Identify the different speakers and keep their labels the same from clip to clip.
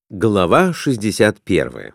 Speaker 1: Глава 61.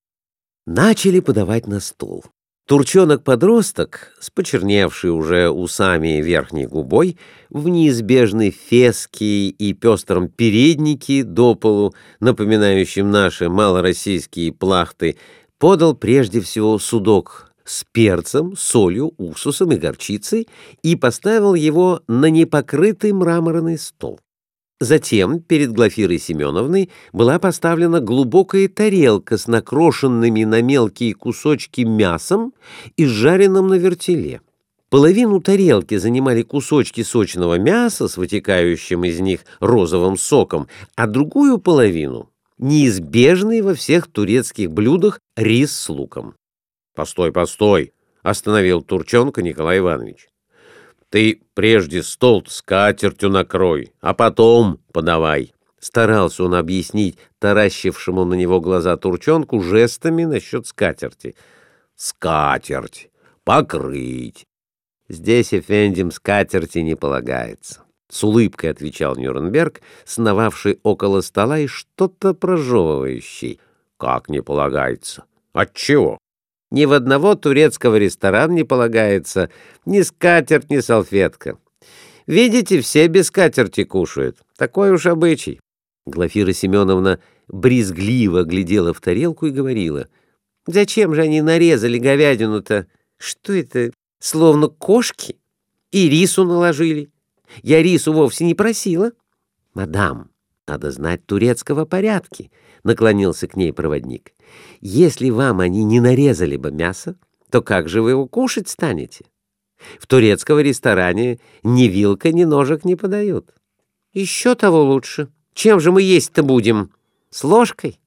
Speaker 1: Начали подавать на стол. Турчонок-подросток, с почерневшей уже усами и верхней губой, в неизбежной феске и пестром переднике до полу, напоминающем наши малороссийские плахты, подал прежде всего судок с перцем, солью, уксусом и горчицей и поставил его на непокрытый мраморный стол. Затем перед Глафирой Семеновной была поставлена глубокая тарелка с накрошенными на мелкие кусочки мясом и жареным на вертеле. Половину тарелки занимали кусочки сочного мяса с вытекающим из них розовым соком, а другую половину — неизбежный во всех турецких блюдах рис с луком. «Постой, постой!» — остановил Турчонка Николай Иванович. «Ты прежде стол скатертью накрой, а потом подавай». Старался он объяснить таращившему на него глаза Турчонку жестами насчет скатерти. «Скатерть! Покрыть!» «Здесь, эфендим, скатерти не полагается», — с улыбкой отвечал Нюрнберг, сновавший около стола и что-то прожевывающий. «Как не полагается? Отчего?» «Ни в одного турецкого ресторана не полагается ни скатерть, ни салфетка. Видите, все без скатерти кушают. Такой уж обычай». Глафира Семеновна брезгливо глядела в тарелку и говорила: «Зачем же они нарезали говядину-то? Что это, словно кошки? И рису наложили. Я рису вовсе не просила». «Мадам, надо знать турецкого порядка», — наклонился к ней проводник. «Если вам они не нарезали бы мясо, то как же вы его кушать станете? В турецком ресторане ни вилка, ни ножек не подают». «Еще того лучше. Чем же мы есть-то будем? С ложкой?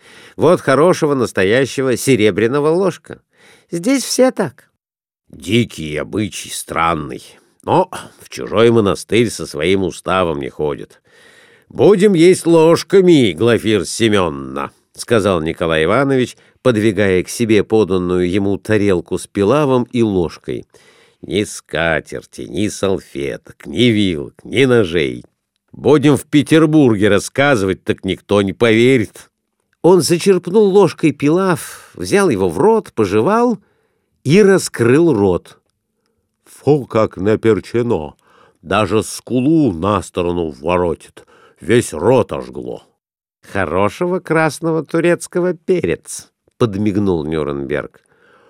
Speaker 1: Вот хорошего настоящего серебряного ложка. Здесь все так».
Speaker 2: «Дикий обычай, странный, но в чужой монастырь со своим уставом не ходит. Будем есть ложками, Глафира Семеновна», — сказал Николай Иванович, подвигая к себе поданную ему тарелку с пилавом и ложкой. «Ни скатерти, ни салфеток, ни вилок, ни ножей. Будем в Петербурге рассказывать, так никто не поверит».
Speaker 1: Он зачерпнул ложкой пилав, взял его в рот, пожевал и раскрыл рот.
Speaker 2: «Фу, как наперчено! Даже скулу на сторону воротит, весь рот ожгло».
Speaker 1: «Хорошего красного турецкого перец», — подмигнул Нюрнберг.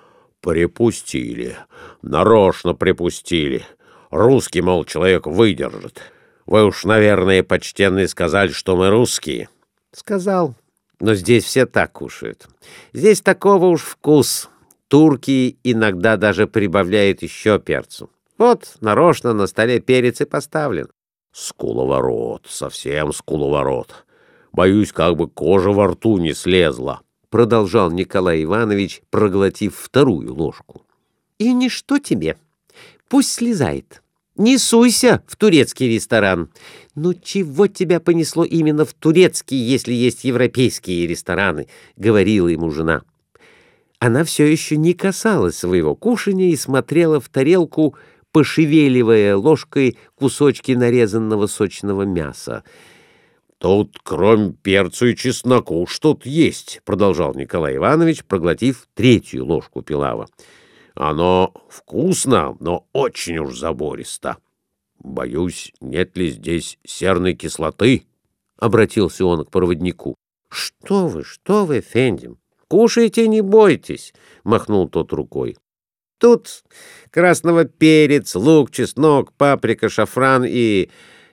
Speaker 2: «Припустили, нарочно припустили. Русский, мол, человек выдержит. Вы уж, наверное, почтенные, сказали, что мы русские».
Speaker 1: «Сказал, но здесь все так кушают. Здесь такого уж вкус. Турки иногда даже прибавляют еще перцу. Вот нарочно на столе перец и поставлен».
Speaker 2: «Скуловорот, совсем скуловорот. Боюсь, как бы кожа во рту не слезла», —
Speaker 1: продолжал Николай Иванович, проглотив вторую ложку. «И ничто тебе. Пусть слезает. Не суйся в турецкий ресторан. Ну чего тебя понесло именно в турецкий, если есть европейские рестораны?» — говорила ему жена. Она все еще не касалась своего кушания и смотрела в тарелку, пошевеливая ложкой кусочки нарезанного сочного мяса.
Speaker 2: «Тут, кроме перцу и чесноку, что-то есть», — продолжал Николай Иванович, проглотив третью ложку пилава. «Оно вкусно, но очень уж забористо. Боюсь, нет ли здесь серной кислоты?» — обратился он к проводнику.
Speaker 1: Что вы, эфендим, кушайте, не бойтесь», — махнул тот рукой. «Тут красного перец, лук, чеснок, паприка, шафран и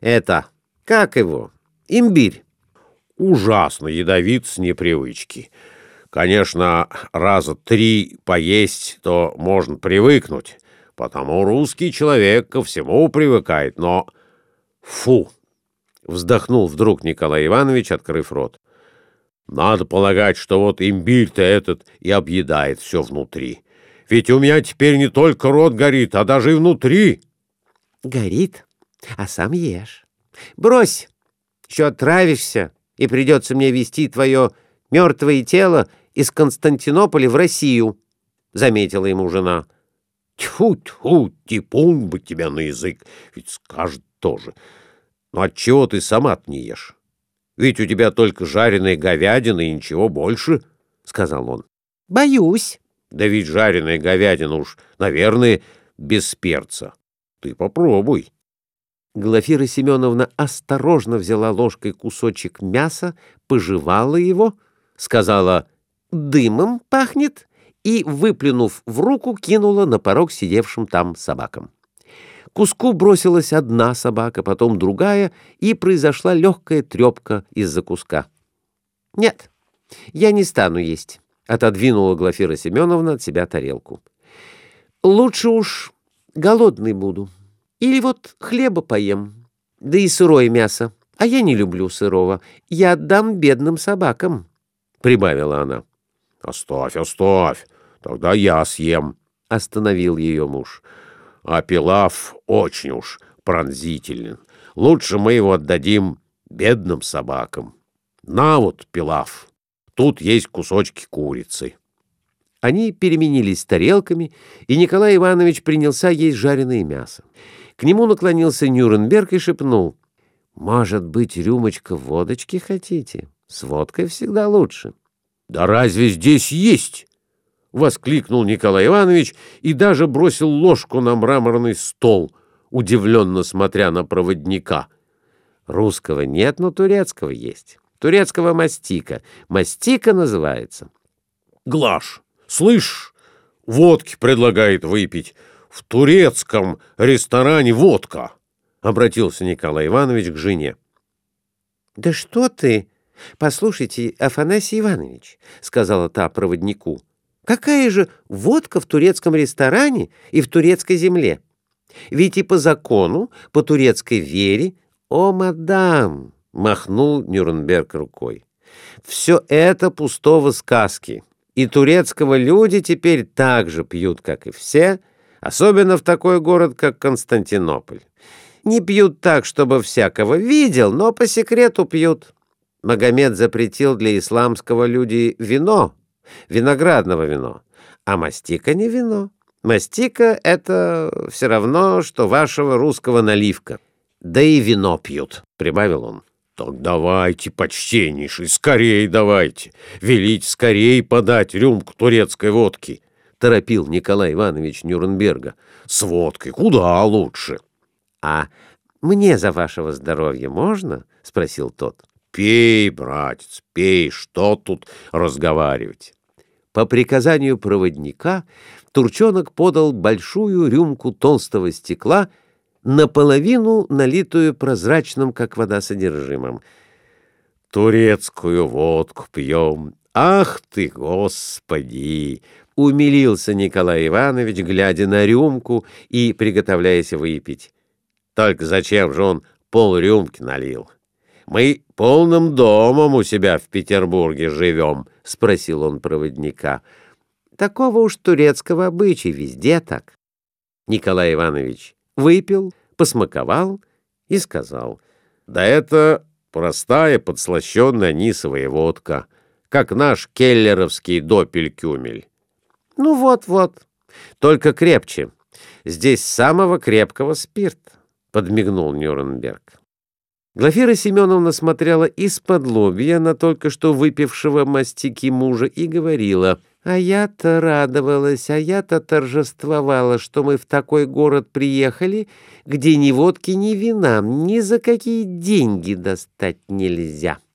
Speaker 1: как его, имбирь».
Speaker 2: «Ужасно ядовит с непривычки. Конечно, раза 3 поесть, то можно привыкнуть, потому русский человек ко всему привыкает, но...» «Фу!» — вздохнул вдруг Николай Иванович, открыв рот. «Надо полагать, что вот имбирь-то этот и объедает все внутри. Ведь у меня теперь не только рот горит, а даже и внутри».
Speaker 1: «Горит, а сам ешь. Брось, еще отравишься, и придется мне везти твое мертвое тело из Константинополя в Россию», — заметила ему жена.
Speaker 2: «Тьфу-тьфу, типун бы тебя на язык, ведь скажет тоже. Но отчего ты сама-то не ешь?» Ведь у тебя только жареная говядина и ничего больше, — сказал он.
Speaker 3: — Боюсь.
Speaker 2: — Да ведь жареная говядина уж, наверное, без перца. Ты попробуй.
Speaker 1: Глафира Семеновна осторожно взяла ложкой кусочек мяса, пожевала его, сказала «дымом пахнет» и, выплюнув в руку, кинула на порог сидевшим там собакам. К куску бросилась одна собака, потом другая, и произошла легкая трепка из-за куска. «Нет, я не стану есть», — отодвинула Глафира Семеновна от себя тарелку. «Лучше уж голодный буду. Или вот хлеба поем, да и сырое мясо. А я не люблю сырого. Я отдам бедным собакам», — прибавила она.
Speaker 2: «Оставь, оставь, тогда я съем», — остановил ее муж. «А пилав очень уж пронзителен. Лучше мы его отдадим бедным собакам. На вот, пилав, тут есть кусочки курицы».
Speaker 1: Они переменились тарелками, и Николай Иванович принялся есть жареное мясо. К нему наклонился Нюрнберг и шепнул: «Может быть, рюмочка водочки хотите? С водкой всегда лучше».
Speaker 2: «Да разве здесь есть?» — воскликнул Николай Иванович и даже бросил ложку на мраморный стол, удивленно смотря на проводника.
Speaker 1: «Русского нет, но турецкого есть. Турецкого мастика. Мастика называется».
Speaker 2: «Глаш, слышь, водки предлагает выпить. В турецком ресторане водка», — обратился Николай Иванович к жене.
Speaker 3: «Да что ты? Послушайте, Афанасий Иванович, — сказала та проводнику, — какая же водка в турецком ресторане и в турецкой земле? Ведь и по закону, по турецкой вере...»
Speaker 1: «О, мадам!» — махнул Нюрнберг рукой. «Все это пустого сказки, и турецкого люди теперь так же пьют, как и все, особенно в такой город, как Константинополь. Не пьют так, чтобы всякого видел, но по секрету пьют. Магомед запретил для исламского люди вино, виноградного вино, а мастика не вино. Мастика — это все равно, что вашего русского наливка. Да и вино пьют», — прибавил он.
Speaker 2: «Так давайте, почтеннейший, скорей давайте. Велите скорей подать рюмку турецкой водки», — торопил Николай Иванович Нюрнберга. «С водкой куда лучше».
Speaker 1: «А мне за вашего здоровья можно?» — спросил тот.
Speaker 2: «Пей, братец, пей, что тут разговаривать».
Speaker 1: По приказанию проводника турчонок подал большую рюмку толстого стекла, наполовину налитую прозрачным, как вода, содержимым.
Speaker 2: «Турецкую водку пьем. Ах ты, Господи!»
Speaker 1: — умилился Николай Иванович, глядя на рюмку и приготовляясь выпить.
Speaker 2: «Только зачем же он полрюмки налил? Мы полным домом у себя в Петербурге живем», — спросил он проводника.
Speaker 1: «Такого уж турецкого обычая, везде так». Николай Иванович выпил, посмаковал и сказал:
Speaker 2: «Да это простая подслащенная анисовая водка, как наш келлеровский допель-кюмель».
Speaker 1: «Ну вот-вот, только крепче. Здесь самого крепкого спирта», — подмигнул Нюрнберг. Глафира Семеновна смотрела из-под лобья на только что выпившего мастики мужа и говорила: «А я-то радовалась, а я-то торжествовала, что мы в такой город приехали, где ни водки, ни вина ни за какие деньги достать нельзя».